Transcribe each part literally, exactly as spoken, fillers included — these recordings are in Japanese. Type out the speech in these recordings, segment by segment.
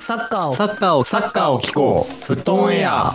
サッカーをサッカーをサッカーを聞こう。フットオンエア。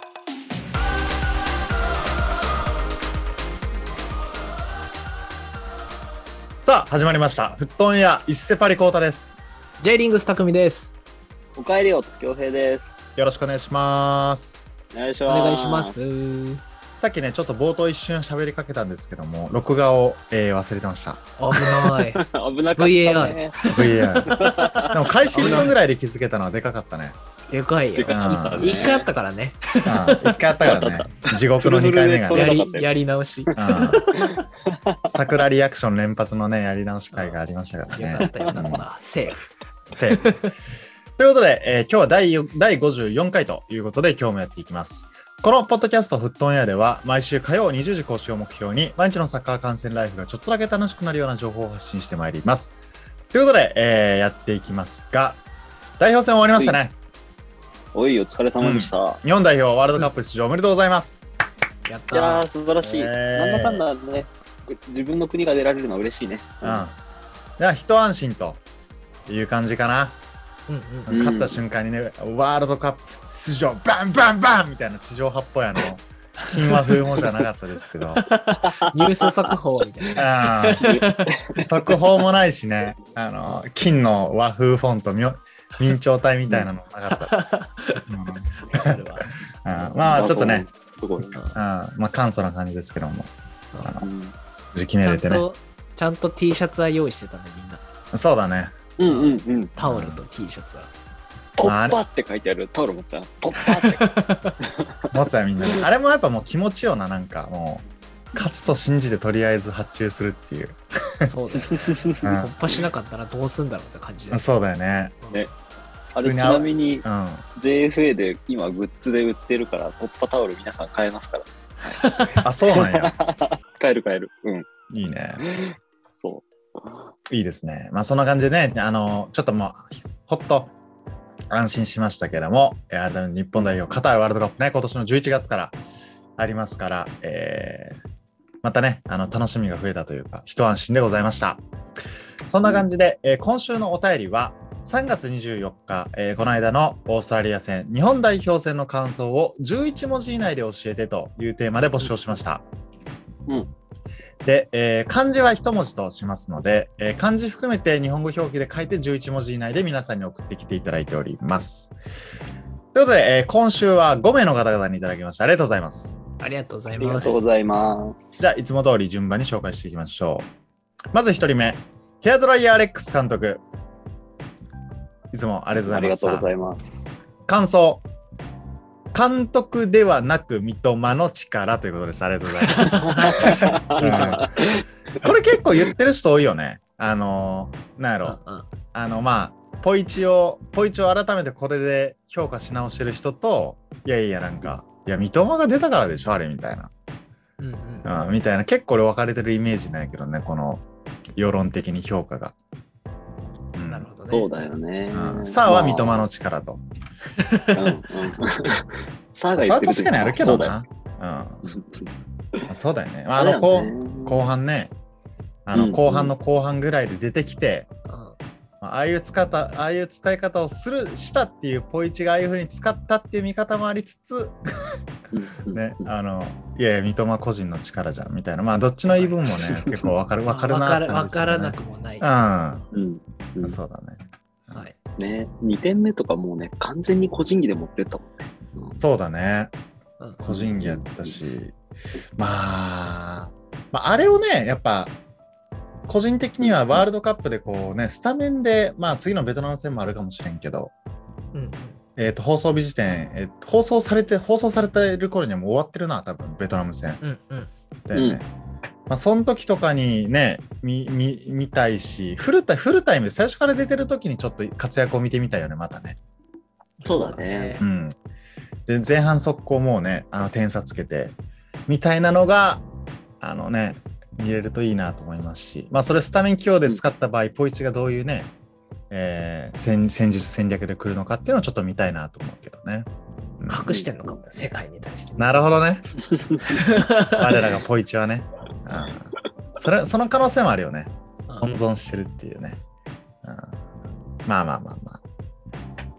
さあ始まりました。フットオンエア、一世パリコータです。 J リングス匠です。 おかえりよ、恭平です。 よろしくお願いします。 お願いしおます。 願いします。 さっきねちょっと冒頭一瞬喋りかけたんですけども、録画を、えー忘れてました。 危ない危なかったね。 ブイエーアールブイエーアール でも開始いっぷんぐらいで気づけたのはでかかったね。 でかいよ。 でかかったね一回あったからね。 うん、一回あったからね。地獄のにかいめがやね。 りやり直し。 うん、桜リアクション連発のねやり直し会がありましたからね。 よかったよかった。セーフ。 セーフということで、えー今日は第よだいごじゅうよんかいということで今日もやっていきます。このポッドキャストフットオンエアでは毎週火曜にじゅうじ更新を目標に毎日のサッカー観戦ライフがちょっとだけ楽しくなるような情報を発信してまいります。ということで、えーやっていきますが、代表戦終わりましたね。 おい、お疲れ様でした。 日本代表ワールドカップ出場おめでとうございます。 やったいやー、素晴らしい。 えーなんだかんだね、自分の国が出られるのは嬉しいね。 うん。では一安心という感じかな。 うんうん。 うん勝った瞬間にね、ワールドカップ出場バンバンバンみたいな地上波っぽいあの金和風もじゃなかったですけど、 ニュース速報みたいな。 あー速報もないしね、あの金の和風フォントみょ明朝体みたいなのなかった、うんわかるわ。 あーまあちょっとね、 すごい。 あーまあ簡素な感じですけども、あのうん無事決ちめれてね。 ゃんとちゃんと T シャツは用意してたねみんな。 そうだね。 うんうんうん。 タオルと T シャツは。 突破って書いてあるタオルもさ、突破って。 持ってたよみんな。あれもやっぱもう気持ちよな、なんかもう勝つと信じてとりあえず発注するっていう、 そうだよね。 うん突破しなかったらどうすんだろうって感じです。 そうだよね。 ねあれち普通にあなみにうん。 ジェイエフエー で今グッズで売ってるから突破タオル皆さん買えますから。 あ、そうなんや。 買える買える。うん。 いいね。 そいいですね。まあそんな感じでね、あの、ちょっともう、ほっと安心しましたけども、えー改めて日本代表、カタールワールドカップね、今年のじゅういちがつからありますから、えーまたね、あの、楽しみが増えたというか、一安心でございました。そんな感じで、えー今週のお便りは、さんがつにじゅうよっか、えーこの間のオーストラリア戦、日本代表戦の感想をじゅういちもじ以内で教えてというテーマで募集をしました。 うんで、えー漢字は一文字としますので、えー漢字含めて日本語表記で書いてじゅういちもじ以内で皆さんに送ってきていただいております。ということで、えー今週はごめいの方々にいただきました。ありがとうございます。 ありがとうござう。あいますりがとう。ございます。 じゃあ、いつも通り順番に紹介していきましょう。まずひとりめ、ヘアドライヤーレックス監督。いつもありがとうござありいます。 がとうございます。 感想。監督ではなく三笘の力ということです。ありがとうございます。うんこれ結構言ってる人多いよね。あのー、なんやろ。 うんうんあの、まあ、ポイチを、ポイチを改めてこれで評価し直してる人と、いやいや、なんか、いや、三笘が出たからでしょ、あれみたいな。 うんうんうん、みたいな、結構俺分かれてるイメージなんやけどね、この世論的に評価が。うんなるほどね。 そうだよね。 うん、さあは三笘の力と。 うんうん。さあがさあ言ってる確かにあるけどそうだよな。うんそうまあそうだよね。まあ、あだの後よね後半ね、あうんの後半の後半ぐらいで出てきて、 うんまあああいう使ったああいう使い方をするしたっていうポイチがああいう風に使ったっていう見方もありつつ、 うんね、あのいやいや三笘個人の力じゃんみたいな、まあどっちの言い分もね結構わかるわかるなわかってるわから感じですよね。 なくもない。 ううんうんん、そうだね。 はい。 ね、にてんめとかもうね、完全に個人技で持ってったもんね。うんそうだね。 うん個人技やったし、まあ、まあ、あれをね、やっぱ、個人的にはワールドカップでこうね、スタメンで、まあ次のベトナム戦もあるかもしれんけど、 うんうんえっ、と、放送日時点、えーと、放送されて、放送されてる頃にはもう終わってるな、多分、ベトナム戦。 うんうんだよね。 うんまあ、その時とかにね、見、見、見たいし、フルタイム、フルタイムで最初から出てる時にちょっと活躍を見てみたいよね、またね。 そうだねう。ん。で、前半速攻もうね、あの点差つけて、みたいなのが、あのね、見れるといいなと思いますし、まあ、それスタメン起用で使った場合、ポイチがどういうね、えー戦、戦術戦略で来るのかっていうのをちょっと見たいなと思うけどね。うん隠してんのかも、世界に対して。 なるほどね。我らがポイチはね。うんそれ、その可能性もあるよね。 うん温存してるっていうね。うんまあまあまあまあ。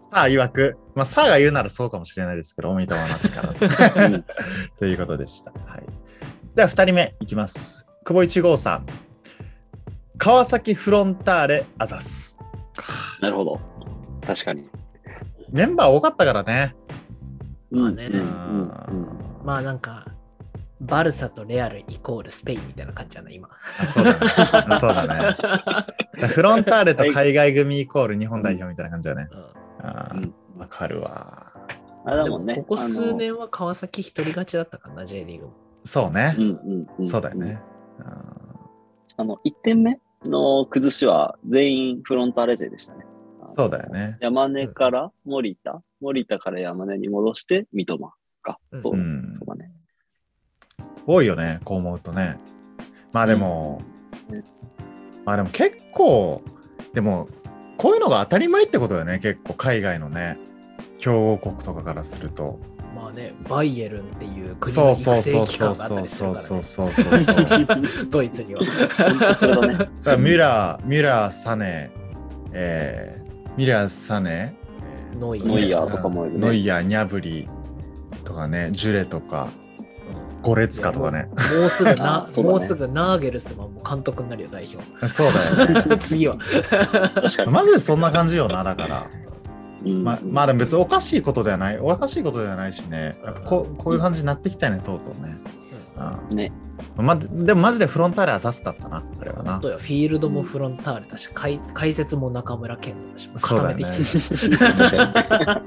さあ、曰く、まあ、さあが言うならそうかもしれないですけど、お三笘の力。ということでした。はい。では、ふたりめいきます。久保一号さん。川崎フロンターレアザス。 なるほど。確かに。 メンバー多かったからね。 まあねうんうんうんまあなんか、バルサとレアルイコールスペインみたいな感じじゃない、今。 あそうだね。あそうだね。フロンターレと海外組イコール日本代表みたいな感じだね。あうんわかるわ。 あれだもんね。 でもここ数年は川崎一人勝ちだったかな、J リーグも。 そうねあの、うんうんうん、 そうだよね。 あの、いってんめの崩しは全員フロンターレ勢でしたね。 そうだよね。 山根から森田、森田から山根に戻して三笘か。 うんそう、 うんそうだね。 多いよね、こう思うとね。まあでも、 うんまあでも結構、でも、こういうのが当たり前ってことだよね、結構海外のね、強豪国とかからすると。 まあね、バイエルンっていう国そうの育成そうそう機関があったそうそうりするそうからね。 そうそうそうそう。だかドイツには。 本当それだね。 らミュラー、ミュラー、サネ、えー、ミュラー、サネ、えノイノイヤーとかもいるねノイヤー、ニャブリとかね、ジュレとか、ゴレツカとかね。 もうすぐな、 あそうだねもうすぐナーゲルスマンも監督になるよ、代表。 そうだよね。 次は。 確かに。 マジでそんな感じよな、だから。 うんままあでも別におかしいことではない、おかしいことではないしね、やっぱこうこういう感じになってきたよね、とうとうね。うんね。 ま、でもマジでフロンターレはザスだったな、あれはな本当。よ、フィールドもフロンターレだし、解解説も中村健吾だし、固めてきてる。 そうだね。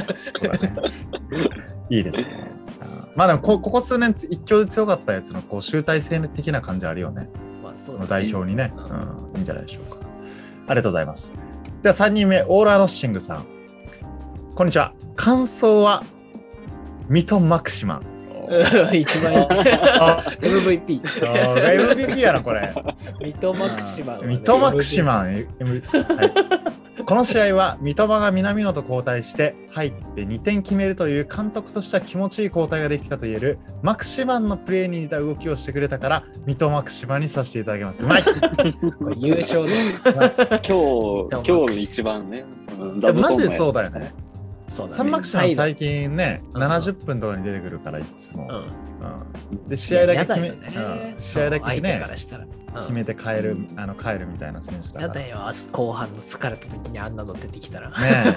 いいですね。うんまあでもこここ数年一強で強かったやつのこう集大成的な感じあるよね。 まあそうこのだね代表にね、 ううんん、いいんじゃないでしょうか。ありがとうございます。ではさんにんめ、オーラーノッシングさん。こんにちは。感想はミト・マクシマン。 一番いい。エムブイピー。 あー エムビーピー やな、これ。 ミトマクシマンはね。 ミトマクシマン、エムはい、この試合は三笘が南野と交代して入ってにてん決めるという監督としては気持ちいい交代ができたと言えるマクシマンのプレーに似た動きをしてくれたからミトマクシマンにさせていただきます。うまいこれ優勝で。 今日、今日一番ね。うん座布団のやつマジでそうだよね。 そうだね。 サンマクシマン最近ね、 うんななじゅっぷんとかに出てくるからいつも。 うん。 うんで、試合だけ決め、 いややだよねうん試合だけそう相手ねからしたら。うん決めて帰る、あの帰るみたいな選手だから。 やだよ、明日後半の疲れた時にあんなの出てきたら。 ね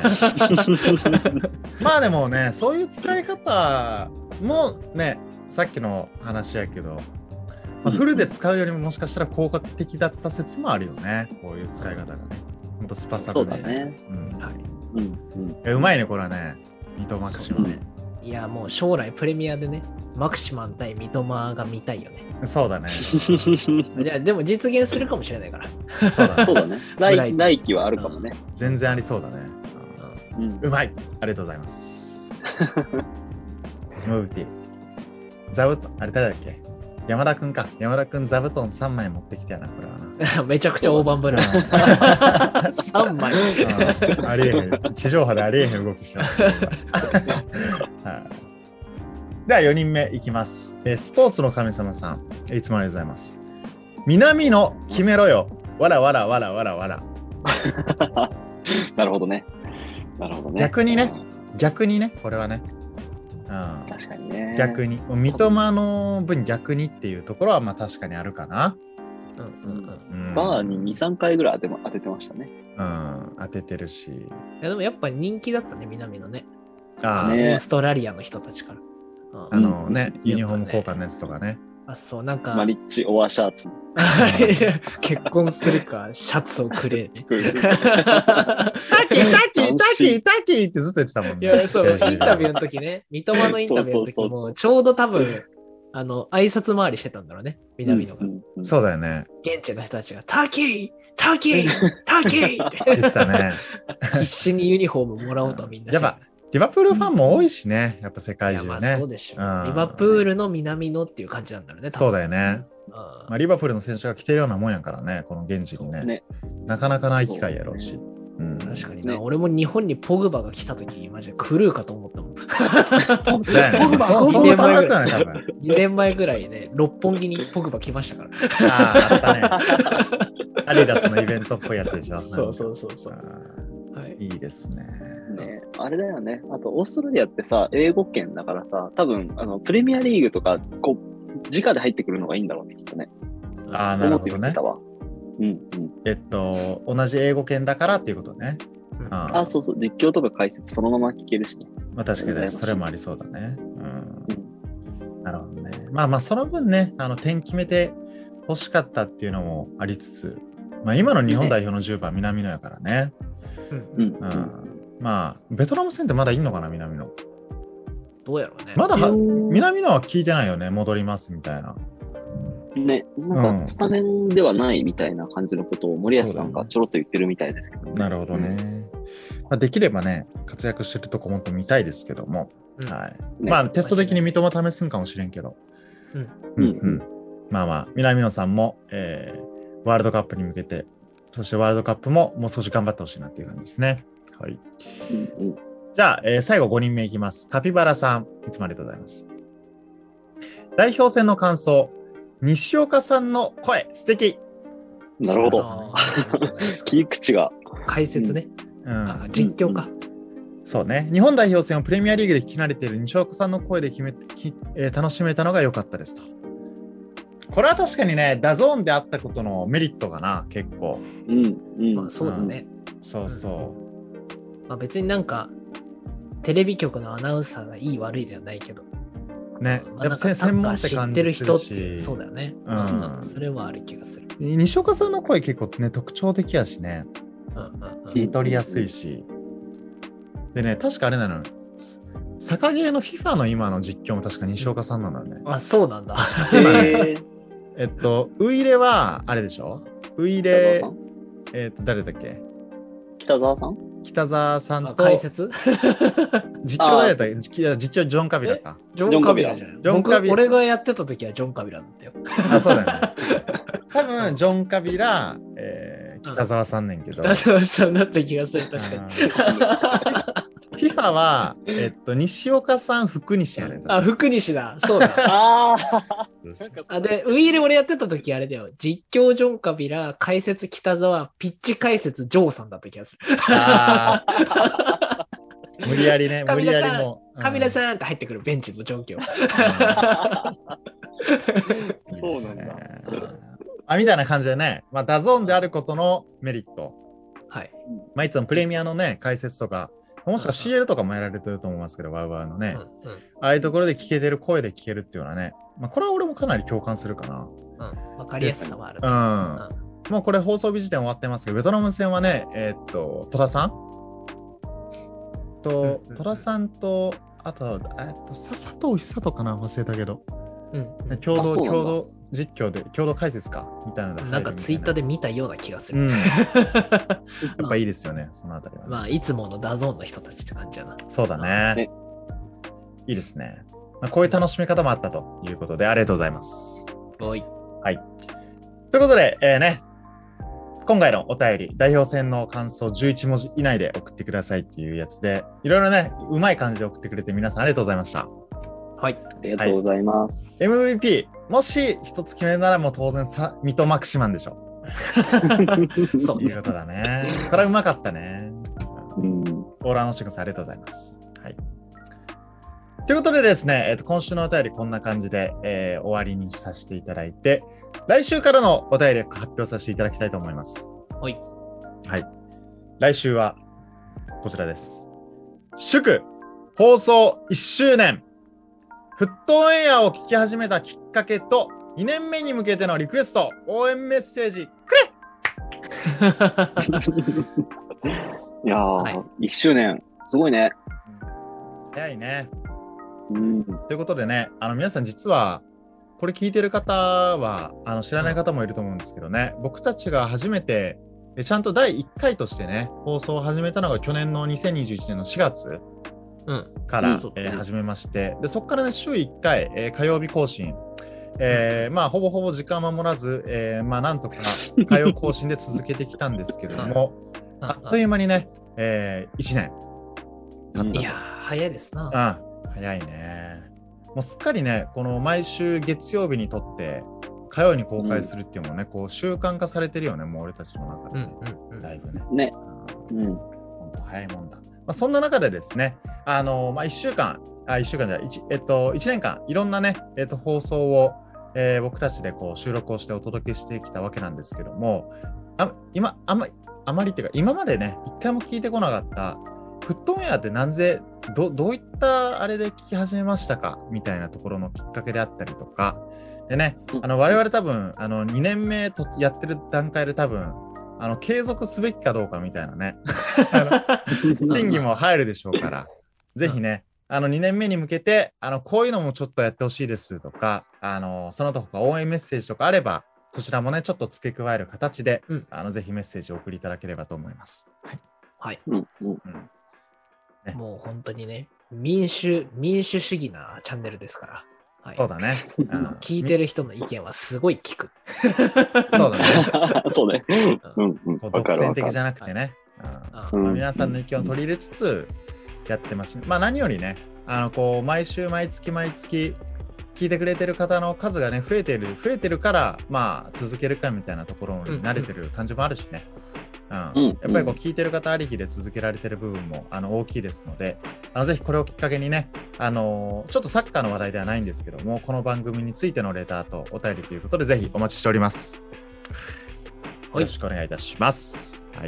えまあでもね、そういう使い方もね、さっきの話やけど、まあ、フルで使うよりももしかしたら効果的だった説もあるよね、こういう使い方がね。ほんとスパサそうクで。 だね。 うんはいうんうん。 えうまいね、これはね。ミトマクシマンね。 いや、もう将来プレミアでね、マクシマン対三笘が見たいよね。 そうだね。 いや、でも実現するかもしれないから。 そうだねそうだね。来来期はあるかもね。 全然ありそうだね。 うんうまいありがとうございます。ムーティ座布団、あれ誰だっけ山田くんか。山田くん座布団さんまい持ってきたよな、これはな。 めちゃくちゃ大盤振る。さんまい。 うんありえへん。地上波でありえへん動きしてます。はいではよにんめいきます。えースポーツの神様さん、えーいつもありがとうございます。南の決めろよ。わらわらわらわらわら。 なるほどね。なるほどね。 逆にねうん。 逆にね、これはね。うん、 確かにね。 逆に。三笘の分逆にっていうところはまあ確かにあるかな。 うんうんうんうん、 バーにに、さんかいぐらい当てま当ててましたね。 うん、当ててるし。 いやでもやっぱり人気だったね、南のね。 あー、 ねオーストラリアの人たちから。うんあのね、 うんユニフォーム交換のやつとかね。 あ、そう、なんか、 マリッチオアシャーツ。 結婚するか、シャツをくれ、ね。 タキタキタキタキってずっと言ってたもんね。 いや、そう、 試合中インタビューの時ね、三笘のインタビューの時そうそうそうそも、ちょうど多分、あの、挨拶回りしてたんだろうね、南野が。 うんうんそうだよね。 現地の人たちが、タキータキータキーっ言ってたね。 て、必死にユニフォームもらおうとみんなしてやっぱ、リバプールファンも多いしね。やっぱ世界いや、 中まあそうね。 でしょ。 うんリバプールの南のっていう感じなんだろうね、多分そうだよね。 うんまあ、リバプールの選手が来てるようなもんやからね、この現地にね。 ね。 なかなかない機会やろうし。うん、 確かにな、 ね俺も日本にポグバが来た時、マジで狂うかと思ったもん。 だよねポグバそそんな感じだったよね、多分。 にねんまえぐらいね、六本木にポグバ来ましたから。 ああ、あったね。アディダスのイベントっぽいやつでしょ。 そうそうそうそう。 あはいーいいですね。 ね、あれだよね。あと、オーストラリアってさ、英語圏だからさ、多分、あの、プレミアリーグとか、こう、直で入ってくるのがいいんだろうね、きっとね。 ああ、なるほどね。 うんうん。 えっと、同じ英語圏だからっていうことね。 うんああ、そうそう、実況とか解説そのまま聞けるしね。 まあ確かにそれもありそうだね。うん。なるほどね。まあまあその分ね、あの点決めて欲しかったっていうのもありつつ、まあ今の日本代表のじゅうばん南野やからね。 うんうん。 うん。まあベトナム戦ってまだいんのかな、南野。 どうやろうね。 まだはうん南野は聞いてないよね、戻りますみたいな。 ね、なんかスタメンではないみたいな感じのことを森保さんがちょろっと言ってるみたいですけど、ね。 なるほどね。まあ、できればね、活躍してるとこもっと見たいですけども、 うんはい。 ねまあテスト的に三笘試すんかもしれんけど、 うんうんうんまあまあ、南野さんも、えーワールドカップに向けて、そしてワールドカップももう少し頑張ってほしいなっていう感じですね。はい。 うんうんじゃあ、えー最後ごにんめいきます。カピバラさん、いつもありがとうございます。代表戦の感想、西岡さんの声、素敵。 なるほど。 あー切り口が。 解説ね。 うんあ実況か。 そうね。日本代表戦をプレミアリーグで聞き慣れている西岡さんの声で決めき、えー楽しめたのが良かったですと。これは確かにね、ダゾーンであったことのメリットかな、結構。 うんうん。 まあそうだね。 そうそまあ別になんか、テレビ局のアナウンサーがいい悪いではないけど。 う。ね。 まあやっぱせ専門って知っ感てるじする人っていう、 し。 そうだよね。 うんうんそれはある気がする。 西岡さんの声結構ね、特徴的やしね。 うんうんうん聞い取りやすいし。でね、確かあれなのよ。サカゲーの FIFA の今の実況も確か西岡さんなのよね。 あ、そうなんだ。 今ねへーえっと、ウイレは、あれでしょウイ北沢レさ、んえっと、誰だっけ北沢さん北沢さんあと、 解説実況誰だったっけ実況ジョン・カビラか。 ジョン・カビラじゃない。 ジョンカビラ僕俺がやってた時はジョン・カビラだったよ。 あ、そうだよね。多分、ジョン・カビラ、えー、北沢さんねんけど。 北沢さんだった気がする、確かに。 に。FIFA は、えっと、西岡さん、福西やね。 あ、福西だ。そうだ。 ああ。 あで、ウイール俺やってた時あれだよ。実況ジョン・カビラ、解説北沢、ピッチ解説ジョーさんだった気がする。 あー無理やりね、無理カビラさんやりも。うんカビラさんって入ってくるベンチの状況。 そうなんだ。 あ、みたいな感じでね、まあ、ダゾーンであることのメリット。 はい。 まあ、いつもプレミアのね、解説とか、もしくは シーエル とかもやられてると思いますけど、ワウワウのね、 うんうんああいうところで聞けてる声で聞けるっていうのはね、まあ、これは俺もかなり共感するかな。 うん。わかりやすさはある。 うん。もうこれ放送日時点終わってますけど、ベトナム戦はね、えーっと、戸田さんとうん、 戸田さんと、あと、えっと、さ佐藤久人かな忘れたけど、 うんうん共同、 あそうなんだ共同実況で、共同解説かみたいなので入るみたいな。 なんかツイッターで見たような気がする。 うん。やっぱいいですよね、そのあたりはね、 まあ、いつものダゾーンの人たちって感じやな。 そうだねね。 いいですね。まあ、こういう楽しみ方もあったということで、ありがとうございます。 おい。 はい。ということで、えーね、今回のお便り、代表戦の感想じゅういちもじ以内で送ってくださいっていうやつで、いろいろね、うまい感じで送ってくれて皆さんありがとうございました。 はい。 ありがとうございます。 エムブイピー、もし一つ決めるならもう当然さ、ミトマクシマンでしょ。 そうね。 いうことだね。これはうまかったね。 うんオーラーのシグさんありがとうございます。はい。ということでですね、えーと今週のお便りこんな感じで、えー終わりにさせていただいて、来週からのお便り発表させていただきたいと思います。 はい。 はい。来週はこちらです。祝放送いっしゅうねん。フットオンエアを聞き始めたきっかけとにねんめに向けてのリクエスト、応援メッセージくれ。 いやー、 はいいっしゅうねん。すごいね。 早いね。 うん。 ということでね、あの皆さん実はこれ聞いてる方はあの知らない方もいると思うんですけどね、僕たちが初めてえちゃんとだいいっかいとしてね放送を始めたのが去年のにせんにじゅういちねんのしがつうん。 から、 うんそうえー始めまして、でそこからね週いっかい、えー火曜日更新、えーまあほぼほぼ時間守らず、えーまあなんとか火曜更新で続けてきたんですけれどもあっという間にね、えー、いちねん経ったと。 いやー、早いですな。 あ早いね。もうすっかりね、この毎週月曜日にとって火曜に公開するっていうのもね、こう習慣化されてるよね、もう俺たちの中でね。 うんうんうん。 だいぶね。 ね。 うん。 うん。 ほんと早いもんだ。 あ、そんな中でですね、あのまあ、いっしゅうかん、あ、いっしゅうかんじゃない、えっと、いちねんかん、いろんなね、えっと、放送を、えー僕たちでこう収録をしてお届けしてきたわけなんですけども、あ今、あまあまりっていうか、今までね、一回も聞いてこなかった、フットオンエアって何ぜど、どういったあれで聞き始めましたかみたいなところのきっかけであったりとか、でね、あの我々多分あのにねんめとやってる段階で多分、あの継続すべきかどうかみたいなね、あの審議も入るでしょうから、ぜひね、あのにねんめに向けて、あのこういうのもちょっとやってほしいですとか、あのその他応援メッセージとかあれば、そちらもね、ちょっと付け加える形で、 うん、 あのぜひメッセージをお送りいただければと思います。はい。 はい。 うんうんうんね、 もう本当にね、民主、民主主義なチャンネルですから。はい、 そうだね。うん、 聞いてる人の意見はすごい聞く。 そうだね。 そうね。うんうん。 こう独占的じゃなくてね、 うんまあ、皆さんの意見を取り入れつつやってますし、まあ何よりね、あのこう毎週毎月毎月聞いてくれてる方の数がね増えてる増えてるからまあ続けるかみたいなところに慣れてる感じもあるしね。うん、やっぱりこう聞いてる方ありきで続けられてる部分もあの大きいですので、あのぜひこれをきっかけにね、あのー、ちょっとサッカーの話題ではないんですけども、この番組についてのレターとお便りということでぜひお待ちしております。よろしくお願いいたします。はい。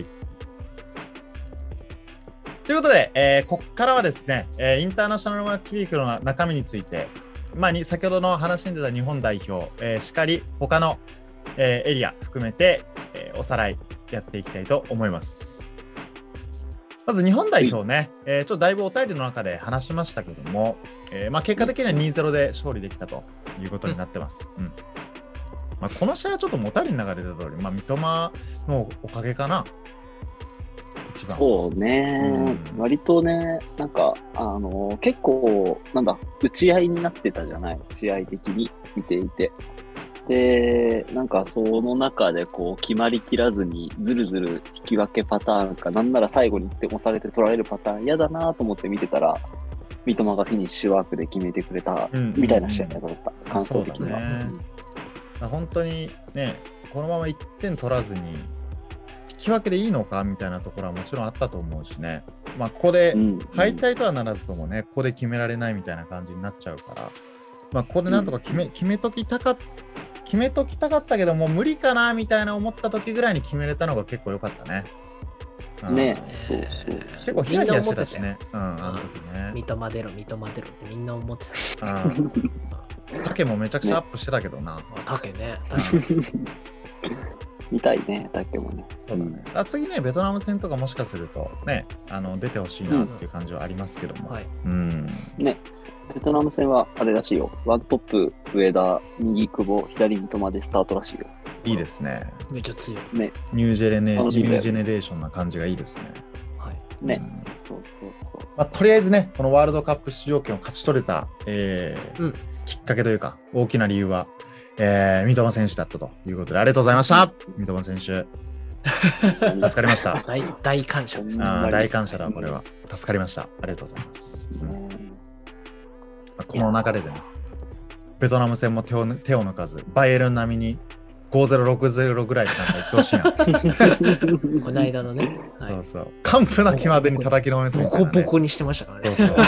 ということで、えー、ここからはですね、えー、インターナショナルマッチウィークの中身について、まあ、に先ほどの話に出た日本代表、えー、しかり他の、えー、エリア含めて、えー、おさらいやっていきたいと思います。まず日本代表ね、えー、ちょっとだいぶお便りの中で話しましたけども、えーまあ、結果的には にたいゼロ で勝利できたということになってます。うんうん、まあ、この試合はちょっとお便りの中で出た通り、まあ、三笘のおかげかな。一番そうね、うん、割とね、なんか、あのー、結構、なんだ、打ち合いになってたじゃない、試合的に見ていて。で、なんかその中でこう決まりきらずにずるずる引き分けパターンか、なんなら最後にいって押されて取られるパターン嫌だなと思って見てたら、三笘がフィニッシュワークで決めてくれたみたいな試合だった、うんうん、感想的には。 ね、うん、本当にね、このままいってん取らずに引き分けでいいのかみたいなところはもちろんあったと思うしね、まあ、ここで敗退とはならずともね、ここで決められないみたいな感じになっちゃうから、まあ、ここでなんとか決め、うん、決めときたかった決めときたかったけどもう無理かなみたいな思った時ぐらいに決めれたのが結構良かったね。 ねえ、そうそう。 結構ヒヤヒヤしてたしね。うん、あの時ね。 三笘出ろ、三笘出ろってみんな思ってた。 竹もめちゃくちゃアップしてたけどな。 竹ね、確かに。 見たいね、竹もね。 そうだね。あ、次ね、ベトナム戦とかもしかするとね、あの出てほしいなっていう感じはありますけども。 うん、はい。 うん。 ね。ベトナム戦はあれらしいよ。ワントップ、上田、右久保、左三笘でスタートらしいよ。 いいですね。 めっちゃ強い。 ね。 ニュージェレネ、ニュージェネレーションな感じがいいですね。 はい。 ね。 うん、 そうそうそう。 まあ、とりあえずね、このワールドカップ出場権を勝ち取れた、えーうん、 きっかけというか、大きな理由は、えー、三笘選手だったということで、ありがとうございました。三笘選手。助かりました。 大, 大感謝です、ね。 あ大感謝だ、これは。助かりました。ありがとうございます。うんこの流れでね、ベトナム戦も手を、手を抜かず、バイエルン並みにごたいゼロ、ろくたいゼロぐらいでなんか言ってほしいな。 この間のね。 はい、そうそう。完膚な気までに叩きのめす、 ね。ボコボコにしてましたからね。 そうそう。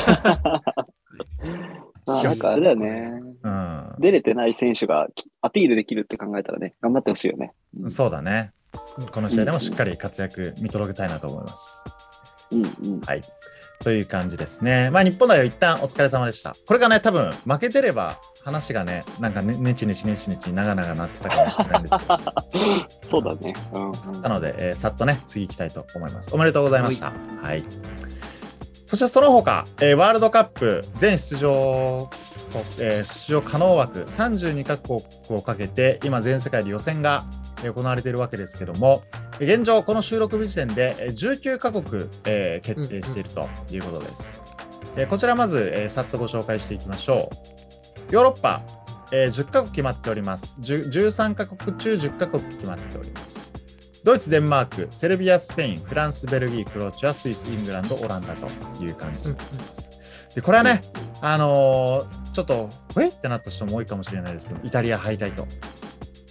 まあ、なんかあれだよね、うん。出れてない選手がアピールできるって考えたらね、頑張ってほしいよね、 うん。そうだね。この試合でもしっかり活躍見届けたいなと思います。 うんうん。 はい。という感じですね。まあ日本代表一旦お疲れ様でした。これがね、多分負けてれば話がね、なんかね、ねちねちねちねち長々なってたかもしれないんですけど。 そうだね。うん、 なので、えー、さっとね、次行きたいと思います。おめでとうございました。はい。そしてその他、えー、ワールドカップ全出場、えー、出場可能枠さんじゅうにカ国をかけて、今全世界で予選が行われているわけですけども、現状この収録日時点でじゅうきゅうカ国、えー、決定しているということです。うんうん、こちらまず、えー、さっとご紹介していきましょう。ヨーロッパ、えー、じゅっカ国決まっております。じゅうさんカ国中じゅっカ国決まっております。ドイツ、デンマーク、セルビア、スペイン、フランス、ベルギー、クロアチア、スイス、イングランド、オランダという感じになっています。でこれはね、あのー、ちょっとえってなった人も多いかもしれないですけど、イタリア敗退と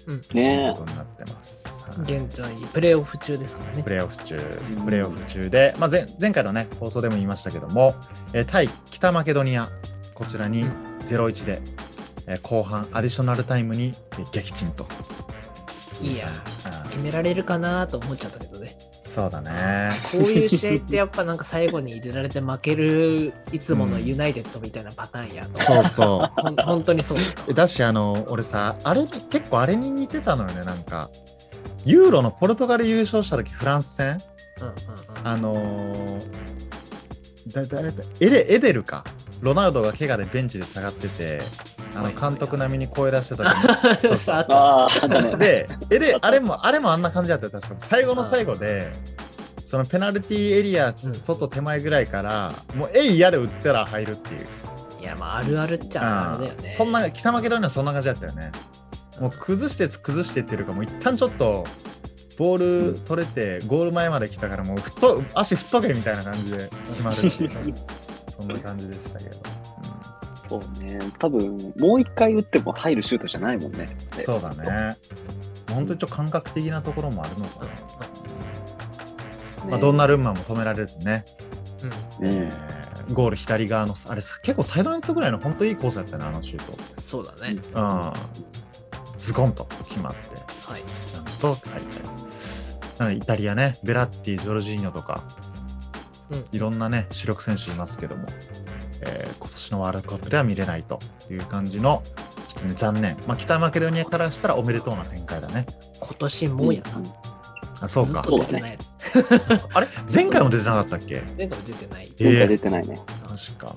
うん、 ねことになってます。はい、 現在プレーオフ中ですからね。 プレーオフ中、プレーオフ中で、まあ、前, 前回のね放送でも言いましたけども、えー、対北マケドニア、こちらに ゼロたいいち で、えー、後半アディショナルタイムに、えー、撃沈と。 いやー、決められるかなと思っちゃったけどね。 そうだね。 こういう試合ってやっぱなんか最後に入れられて負けるいつものユナイテッドみたいなパターンやと、 うん、そうそうほん本当にそうだだし、あの俺さ、あれ結構あれに似てたのよね。なんかユーロのポルトガル優勝した時フランス戦、 うんうんうん、 あのー、だ誰だエレエデルかロナウドが怪我でベンチで下がってて、あの監督並みに声出してた時にさああね、 でエレあれもあれもあんな感じだったよ確か。最後の最後でそのペナルティーエリア外手前ぐらいから、うん、もうえいやで打ったら入るっていう。 いやまああるあるっちゃあれだよね。 そんな北マケドニアはそんな感じだったよね。もう崩して崩してっていうか、もう一旦ちょっとボール取れてゴール前まで来たからもうふっと足振っとけみたいな感じで決まるっていう、ね、そんな感じでしたけど、 うん、そうね、多分もう一回打っても入るシュートじゃないもんね。 そうだね、本当にちょっと感覚的なところもあるのかな、ね。まあ、ドンナルンマも止められずね、うん、えー、ゴール左側のあれ結構サイドネットぐらいの本当にいいコースだったね、あのシュート。 そうだね、 うん、ズコンと決まって、 はい、 なんと入って、なのでイタリアね、ベラッティ、ジョルジーニョとか、うん、いろんなね主力選手いますけども、えー、今年のワールドカップでは見れないという感じのちょっとね残念。まあ、北マケドニアからしたらおめでとうな展開だね。 今年もやな。うん、 あ、そうか。 ずっと出てない。 あれ前回も出てなかったっけ？ 前回も出てない。 えー、前回出てないね。 確か。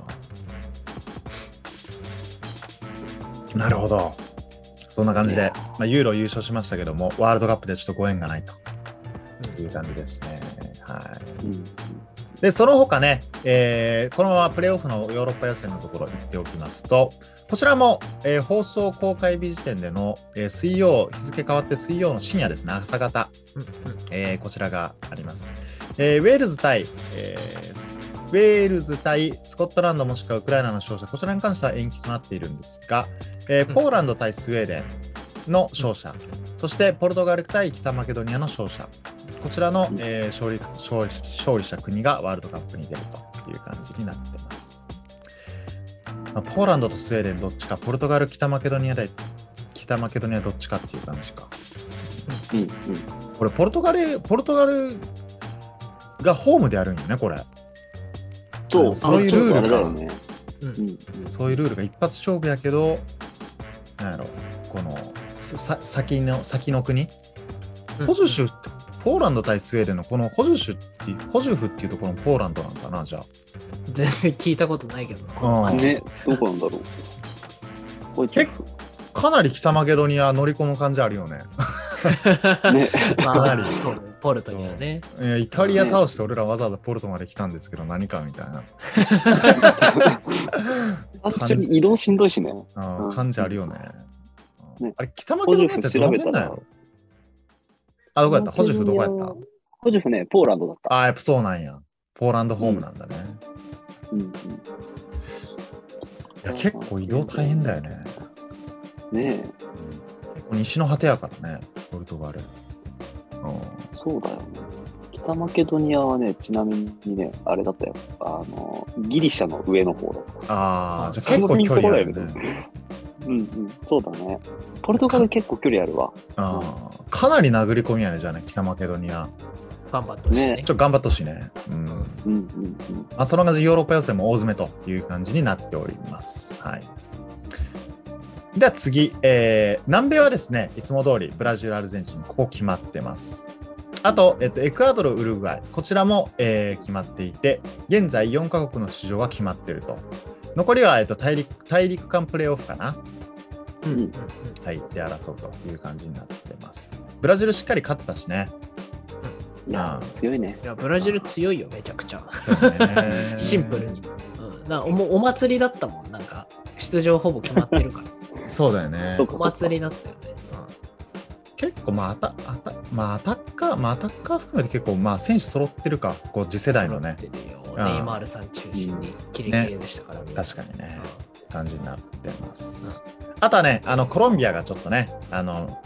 なるほど。そんな感じで、まあ、ユーロ優勝しましたけども、ワールドカップでちょっとご縁がないという感じですね。はい。うん、で、その他ね、えー、このままプレーオフのヨーロッパ予選のところ言っておきますと、こちらも、えー、放送公開日時点での、えー、水曜、日付変わって水曜の深夜ですね、朝方、うんうん、えー、こちらがあります。えー、ウェールズ対、えー、ウェールズ対スコットランドもしくはウクライナの勝者、こちらに関しては延期となっているんですが、えー、ポーランド対スウェーデンの勝者、うん、そしてポルトガル対北マケドニアの勝者、こちらの、えー、勝利、勝利、勝利した国がワールドカップに出るという感じになってます。まあ、ポーランドとスウェーデンどっちか、ポルトガル、北マケドニアで、北マケドニアどっちかっていう感じか。 うんうん、 これポルトガル、ポルトガルがホームでやるんよね、これ。 そう、 そういうルールが、 ね、うん、 そういうルールが一発勝負やけど、なんやろ、このさ先の先の国、ホジュシュ、ポーランド対スウェーデンのこのホジュシュっていう、ホジュフっていうところのポーランドなんかな、じゃあ。 全然聞いたことないけど、 あね、どこなんだろう。これ結構かなり北マケドニア乗り込む感じあるよね。 ね、かなりそう、ポルトにはね。 イタリア倒して俺らわざわざポルトまで来たんですけど何かみたいな。 確かに移動しんどいしね。 あ感じあるよね。 ねあれ北マケドニアってどの辺なんやろ？あ、どこやった？ホジュフどこやった？ ホジュフね、ポーランドだった。 あ、やっぱそうなんや。ポーランドホームなんだね。 うんうんうん、いや結構移動大変だよね。 ねえ。 結構西の果てやからね、ポルトガル。うん、 そうだよね。北マケドニアはね、ちなみにね、あれだったよ。あの、ギリシャの上の方だった。 ああ、じゃあ結構距離あるね。 うんうん、そうだね。ポルトガル結構距離あるわ。 ああ、かなり殴り込みやね、じゃあね、北マケドニア。 頑張ってほしいね。 ちょっと頑張ってほしいね。うん。うんうんうん。 まあ、その感じヨーロッパ予選も大詰めという感じになっております。はい。では次、えー、南米はですね、いつも通りブラジル、アルゼンチン、ここ決まってます。あと、えっと、エクアドル、ウルグアイ、こちらも、えー、決まっていて、現在よんカ国の出場が決まっていると。残りは、えっと、大陸、大陸間プレーオフかな。 うんうんうん、 はい、で争うという感じになってます。ブラジルしっかり勝ってたしね。 いや、強いね。 いや、ブラジル強いよ、めちゃくちゃ。 ね、 シンプルに。うん、な お, お祭りだったもん、なんか、出場ほぼ決まってるからさ。 そうだよね。 お祭りだったよね。 うん、結構、まあ、アタアタまあ、アタッカー、まあ、アタッカー含めて結構、まあ、選手揃ってるか、こう次世代のね。 揃ってるよ。ネイマールさん中心に、キレキレでしたからね。 ね、確かにね、うん、感じになってます。あとはね、あのコロンビアがちょっとね、あの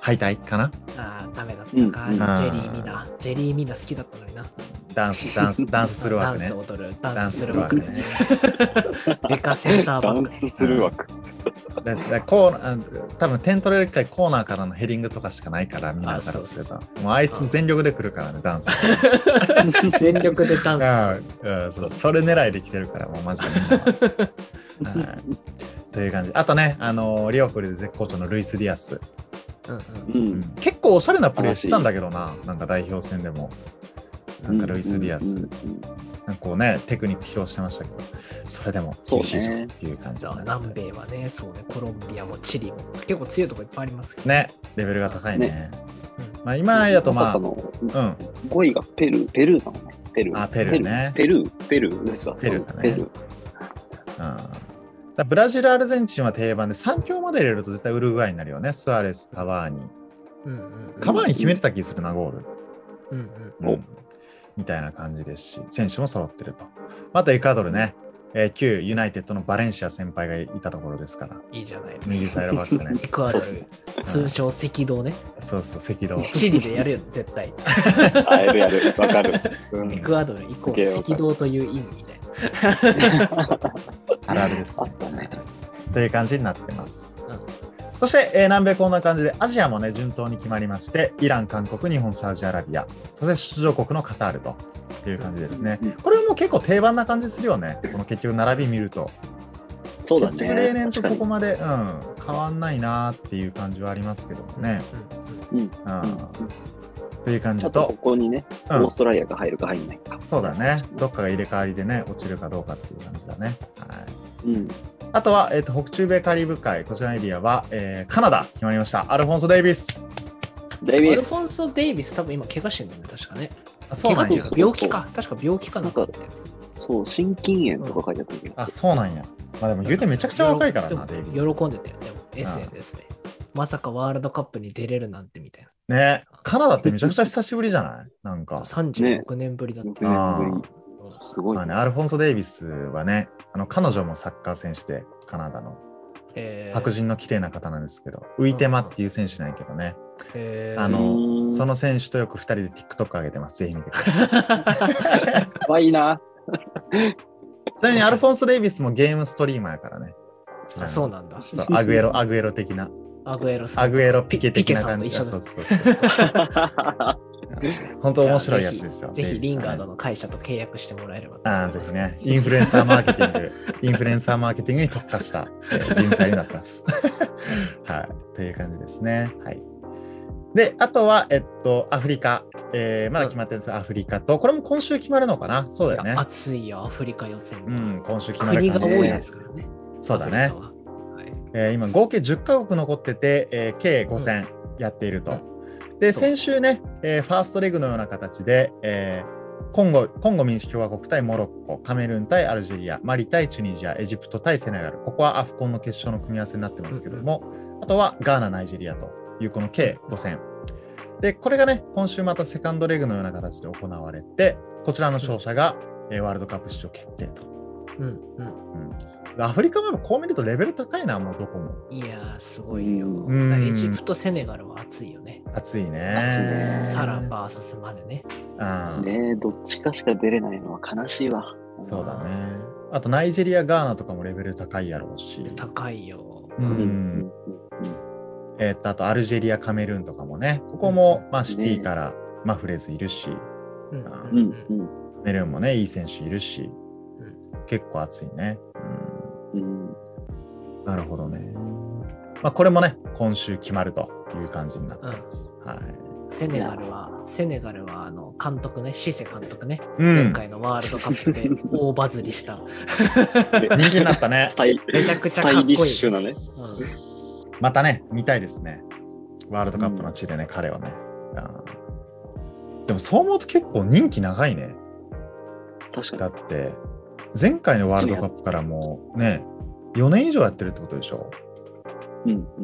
敗退かな。 ああ、ダメだったか、 うんうんジェリーミナ。ジェリーミナ好きだったのにな。 ダンス、ダンス、ダンスする枠ね。 ダンス踊る、ダダンスすンスする枠る枠ね。 デカセンターバック。 ダンスする枠。 だだコーナー多分点取れる機会コーナーからのヘディングとかしかないからみんなからすればもうあいつ全力で来るからねダンス全力でダンスする。 うんうんそうそれ狙いで来てるからもうマジでみんな、はい、という感じ。あとねあのリオプルで絶好調のルイス・ディアス、 うんううんん。 結構おしゃれなプレーしてたんだけどななんか代表戦でもなんかルイス・ディアス、 うんうんうんなんかこうねテクニック披露してましたけどそれでも厳しいという感じだね。 南米はね、そうね、コロンビアもチリも結構強いとこいっぱいありますけどねレベルが高いね。 ねまあ今やとまあさかのうんごいがペルー、ペルーなのね。ペルー。 あペルーねペルー、ペルーですわ。 ペルーだねペルー。 うんだブラジル、アルゼンチンは定番でさん強まで入れると絶対ウルグアイになるよね。スアレス、カバーニ。 うんうんカバーニ決めてた気するな、ゴール。 うんうんうんみたいな感じですし、選手も揃ってると。あとエクアドルね、えー、旧ユナイテッドのバレンシア先輩がいたところですから、 いいじゃないですか。 右サイドバックね。 エクアドル、通称赤道ね。 そうそう、赤道。 チリでやるよ、絶対。 あ、やるやる。わかる。うんエクアドルイコール赤道という意味みたいな。 あるあるですね。 あったね。 という感じになってます。 うんそして、えー南米こんな感じで、アジアもね、順当に決まりまして、イラン、韓国、日本、サウジアラビア、そして出場国のカタールという感じですね。これも結構定番な感じするよね。この結局並び見ると。 そうだね。 結局例年とそこ確まで、うん、変わんないなっていう感じはありますけどもね。 かに。 うんうん。 という感じちょっとことこにね、オうんーストラリアが入るか入んないか。 そうだね。どっかが入れ替わりでね、落ちるかどうかっていう感じだね。はいうん。 あとは、えーと、北中米カリブ海、こちらのエリアは、えーカナダ決まりました。アルフォンソ・デイビス。 デイビス。 アルフォンソ・デイビス、多分今、怪我してるんだよね、確かね。 あそうなんや怪我っていうか。病気か。確か病気かな。 なんかそう、心筋炎とか書いてあったけど。 あ、そうなんや。まあでも言うてめちゃくちゃ若いからな、デイビス。 喜んでたよ。でも、エスエヌですね。まさかワールドカップに出れるなんてみたいね、カナダってめちゃくちゃ久しぶりじゃないなんかな。。さんじゅうろくねんぶりだった。 ろくねんぶり。すごいね。 まあね、アルフォンソ・デイビスはね、あの彼女もサッカー選手で、カナダのえー白人の綺麗な方なんですけど、ウイテマっていう選手なんやけどね、 えーあのうんその選手とよくふたりで TikTok 上げてます。ぜひ見てください。 かわいいな。 ちなみにアルフォンソ・デイビスもゲームストリーマーやからね。 あそうなんだ。 そうアグエロ、アグエロ的な。 アグエロさん。 アグエロ、ピケ的なピ感じ。 ケさんと一緒そうです。 そうそう本当面白いやつですよ。 ぜひ、ぜひリンガードの。 の会社と契約してもらえれば。 ああ、ぜひね。インフルエンサーマーケティング、インフルエンサーマーケティングに特化した、えー人材になってます。はい。という感じですね。はい。で、あとは、えっと、アフリカ。えーまだ決まってるんですが、アフリカと、これも今週決まるのかなそうだよねいや。熱いよ、アフリカ予選は。 うん、今週決まる感じ国が多いですからね。 そうだねアフリ。カは。はいえー今合計じゅっカ国残ってて、えー計ご戦やっていると。 うんで、 そう先週ね、えーファーストレグのような形で、えーコンゴ、コンゴ民主共和国対モロッコ、カメルーン対アルジェリア、マリ対チュニジア、エジプト対セネガル。ここはアフコンの決勝の組み合わせになってますけども、あとはガーナ、ナイジェリアというこの計ご戦。で、これがね、今週またセカンドレグのような形で行われて、こちらの勝者が、えーワールドカップ出場決定と。 うんうん。 うんアフリカもやっぱこう見るとレベル高いな、もうどこも。 いやー、すごいよ。 んだからエジプト、セネガルは熱いよね。 熱いね。 熱いねサラ ブイエス までね。 あーねえ、どっちかしか出れないのは悲しいわ。 そうだね。あとナイジェリア、ガーナとかもレベル高いやろうし。 高いよ。 ううん。うんん。えーっと、あとアルジェリア、カメルーンとかもね。ここも、まあ、シティからマフレズいるし、 うんううんんうんうんカメルーンもね、いい選手いるし、 うん結構熱いね。 うん。 うん。なるほどね。まあ、これもね、今週決まるという感じになってます。はい。 セネガルは、セネガルはあの監督ね、シセ監督ね、 うん前回のワールドカップで大バズりした。 人気になったねス。タイめちゃくちゃかっこいい。 スタイリッシュなね。 うんまたね、見たいですね。ワールドカップの地でね、彼はね。あーでもそう思うと結構人気長いね。 確かだって、前回のワールドカップからもうね、よねん以上やってるってことでしょ。 に。うんうん。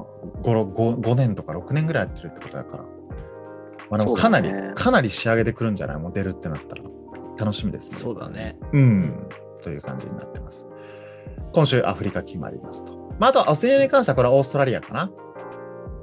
5, 5, 年とかろくねんぐらいやってるってことだから。まあでもかなり、 そうだねかなり仕上げてくるんじゃないもう出るってなったら。楽しみですね。 そうだね。 うん。という感じになってます。今週アフリカ決まりますと。まあ、あとはオーストラリアに関してはこれはオーストラリアかな。え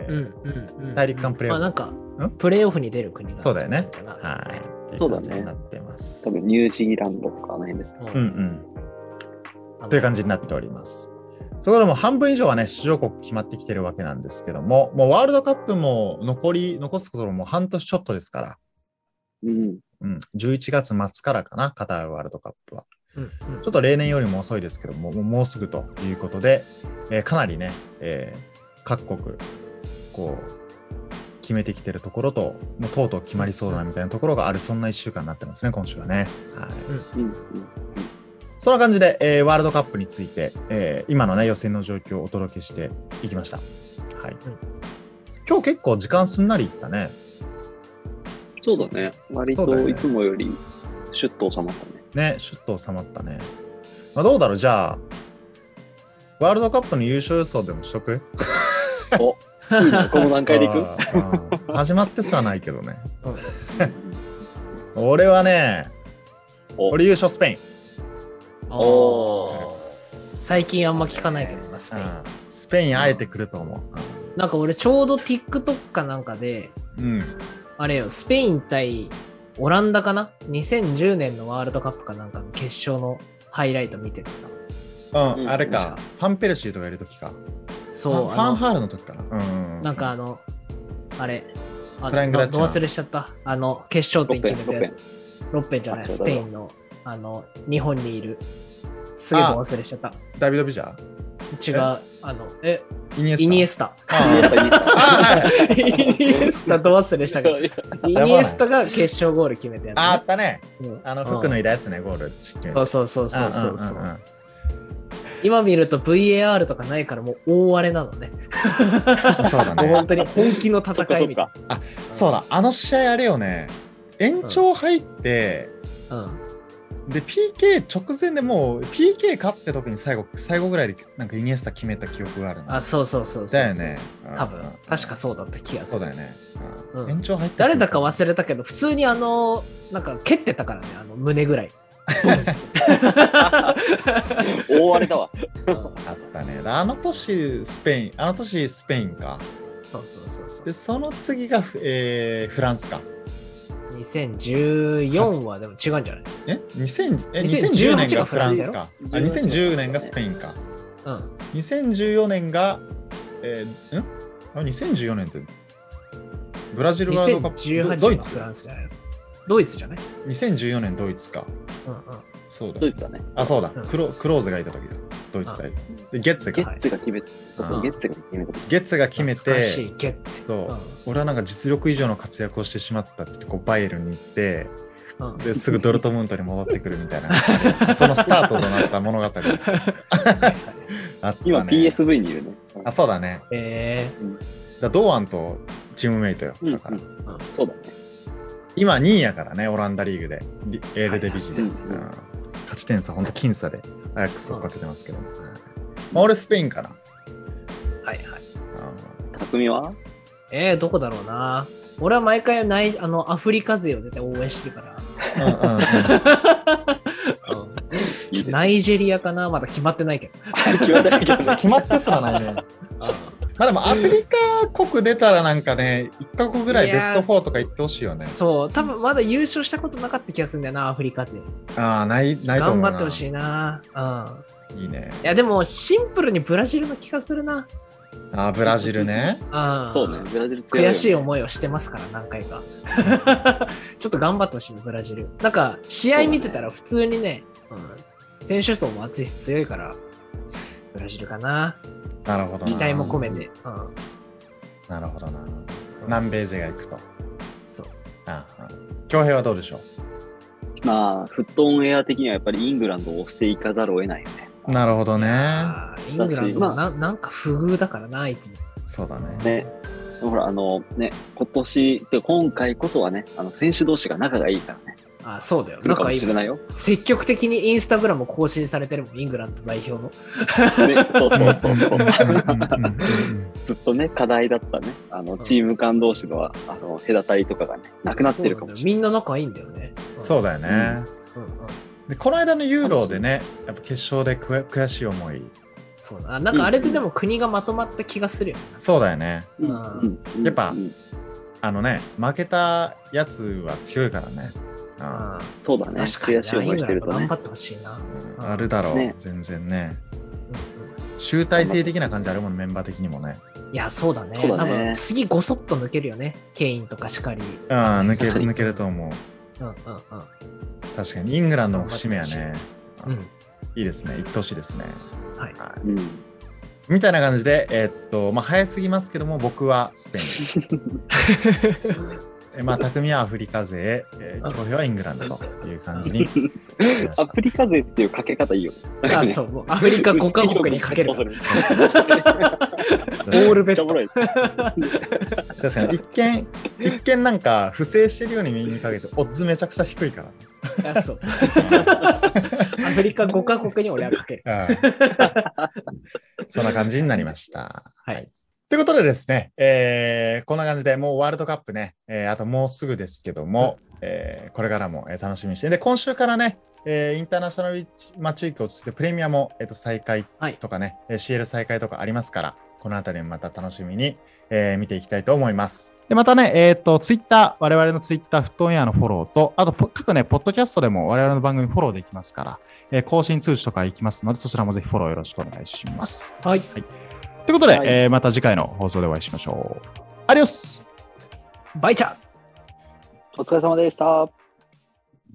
えうんーうんうん。 大陸間プレーオフまあなんかん、 プレーオフに出る国が。 そうだよね。 かなはい。 そうだねってい感じになってます。 多分ニュージーランドとかあの辺ですね。 うんうんうん。 あのという感じになっております。ところも半分以上はね、出場国決まってきてるわけなんですけども、もうワールドカップも残り、残すことももう半年ちょっとですから、 うん。 うん、じゅういちがつ末からかな、カタールワールドカップは。 うんうんちょっと例年よりも遅いですけども、もうもうすぐということで、えーかなりね、えー各国、こう、決めてきてるところと、もうとうとう決まりそうだなみたいなところがある、そんないっしゅうかんになってますね、今週はね。はい。 うん。うん。 そんな感じで、えーワールドカップについて、えー今のね、予選の状況をお届けしていきました。はい。 うん今日結構時間すんなりいったね。 そうだね。割そうだよねといつもよりシュッと収まったね。 ね、シュッと収まったね。まあ、どうだろう、じゃあ、ワールドカップの優勝予想でもしとくお、いいね。この段階でいくあーうん始まってすらないけどね。 うん俺はね、 お俺優勝スペイン。 おー最近あんま聞かないけどな、スペイン。 うんスペインあえてくると思なんか俺ちょうど TikTok かなんかで、 う。うん。 あれよ、スペイン対オランダかな ?にせんじゅうねんのワールドカップかなんかの決勝のハイライト見ててさ。 うん、 うんあれか。ファンペルシーとかいるときか。 そう、 ファンファあのンハールの時かな。うん。 なんかあの、あれ、あフライングダッチマンど忘れしちゃった。あの、決勝点決めたやつ。ロッペンじゃない、スあそうだペインの、あの、日本にいる。すげえど忘れしちゃった。 ダビド・ビジャー違う、あの、え、 イニエスタイニエスタ。 あやっぱりイニエスタど忘れしたけど、イニエスタが決勝ゴール決めたやつ、ね。 ああったね。 うんあの、服脱いだやつね、ゴール。 そうそうそうそうそうそう。 んんんん今見ると ブイエーアール とかないからもう大荒れなのね。 そうだねもう本。当に本気の戦いみたいそっかそうだ、あの試合あれよね。延長入って、 な。うん。 で、ピーケー 直前でもう、ピーケー 勝って時に最後、最後ぐらいでなんかイニエスタ決めた記憶があるな。 あ、そうそうそうそうそう。 だよね。 多分うん、 確かそうだった気がする。 そうだよね。うんうん延長入って誰だか忘れたけど、普通にあの、なんか蹴ってたからね、あの胸ぐらい。 大荒れだわ。 あったね。あの年、スペイン、あの年、スペインか。 そうそうそうそうで、。その次がフ、えーフランスか。 にせんじゅうよんはでも違うんじゃないえ ?2000 えにせんじゅうはち 2010年がフランスがか。あ、にせんじゅうねんがスペインか。 うん。 にせんじゅうよねんが、えー、んあ、にせんじゅうよねんって、ブラジルワールドカップ、 にせんじゅうはちドドイツはフランスじゃないのドイツじゃない ?にせんじゅうよねんドイツか。 うんうん。 そうだド。イツだね。 あ、そうだうん。 クロクローゼがいた時だ。ドイツ対。で、ゲッツゲが。 ッツが決めて、そううんゲッツが決めた。 ゲッツが決め懐かしいて、 ゲッツ。 そう俺はなんか実力以上の活躍をしてしまったって言って、こうバイエルンに行って、 うんうんですぐドルトムントに戻ってくるみたいな、そのスタートとなった物語。あったね。 今 ピーエスブイ にいるね。 あ、そうだね。 えだ堂安とチームメイトよ。 うんだから。 うんそうだね。 今にいやからね、オランダリーグで、リエールデビジで。 はいうん勝ち点差、ほんと僅差でアヤックスをかけてますけど。はいまあ、俺スペインかな。 ー、はいはい。 匠はえー、どこだろうな。俺は毎回ないあのアフリカ勢を絶対応援してるから。 うんうんうんいいですナイジェリアかなまだ決まってないけど。 決まってないけどね。 決まってすらないね。まあでもアフリカ国出たらなんかね、いっかこくぐらいベストフォーとか行ってほしいよね。 そう、多分まだ優勝したことなかった気がするんだよな、アフリカ勢。 ああ、ない、ないと思うな。 頑張ってほしいな。うん。 いいね。 いや、でもシンプルにブラジルの気がするな。 ああ、ブラジルね。 うん。 そうね、ブラジル強いよね。 悔しい思いをしてますから、何回か。ちょっと頑張ってほしいね、ブラジル。なんか、試合見てたら普通にね、うん、選手層も厚いし強いから、ブラジルかな。 なるほどな。 期待も込めて。うん。 なるほどな。南米勢が行くと。 そう。 ああ恭平はどうでしょまあ、フットオンエア的にはやっぱりイングランドを押していかざるを得ないよね。 う。なるほどね。 あーイングランドもな,、なんか不遇だからな、いつも。 そうだね。 ね。ほら、あのね、今年、で今回こそはね、あの選手同士が仲がいいからね、 あ、そうだよ。 来るかもなんか今しれないよ。 積極的にインスタグラム更新されてるもん、イングランド代表の。 ね、そうそうそうそう。 うんうんうんうんずっとね、課題だったね、あのチーム間同士のあの隔たりとかがね、なくなってるかもしれない。 みんな仲いいんだよね。 そうだよね。 うんうん。 で、この間のユーロでね、やっぱ決勝でく悔しい思いそうだ。なんかあれででも国がまとまった気がするよね。 そうだよね。 うんうんうんやっぱうんあのね、負けたやつは強いからね。 うんそうだね。 確かに悔しい思いしてるとね頑張。ってほしいな。 うんあるだろう、 ね全然ね。 うん集大成的な感じあるもん、メンバー的にもね。 いや、そうだね。 そうだね多分次ごそっと抜けるよね。ケインとかしかり。 うん、抜ける、 確かに抜けると思う。 うんうん確かに、イングランドも節目やね。 うん。うん。 いいですね、一等しいですね。 はい。 はいうん。 みたいな感じで、えーっと、まあ、早すぎますけども、僕はスペイン。えまあ、匠はアフリカ勢、えー、京平はイングランドという感じになりました。 アフリカ勢っていうかけ方いいよね。 あ、そう、もうアフリカごカ国にかける。オそれールベッド。 めっちゃおもろい。 確かに、一見、一見なんか、不正してるように見かけて、オッズめちゃくちゃ低いから。 あそう。アフリカごカ国に俺はかける。 うんそんな感じになりました。 はい。 ということでですね、えーこんな感じでもうワールドカップね、えーあともうすぐですけども、えーこれからもえー楽しみにして、で、今週からね、えーインターナショナルマッチウィークをつってプレミアも、えーと再開とかね、えー シーエル 再開とかありますから、このあたりもまた楽しみに、えー見ていきたいと思います。で、またね、えっ、と、ツイッター、我々のツイッター、フットオンエアのフォローと、あと、ポ各ね、ポッドキャストでも我々の番組フォローできますから、えー更新通知とか行きますので、そちらもぜひフォローよろしくお願いします。 はい。 ということで、 はいえーまた次回の放送でお会いしましょう。アディオス。 バイチャー。 お疲れ様でした。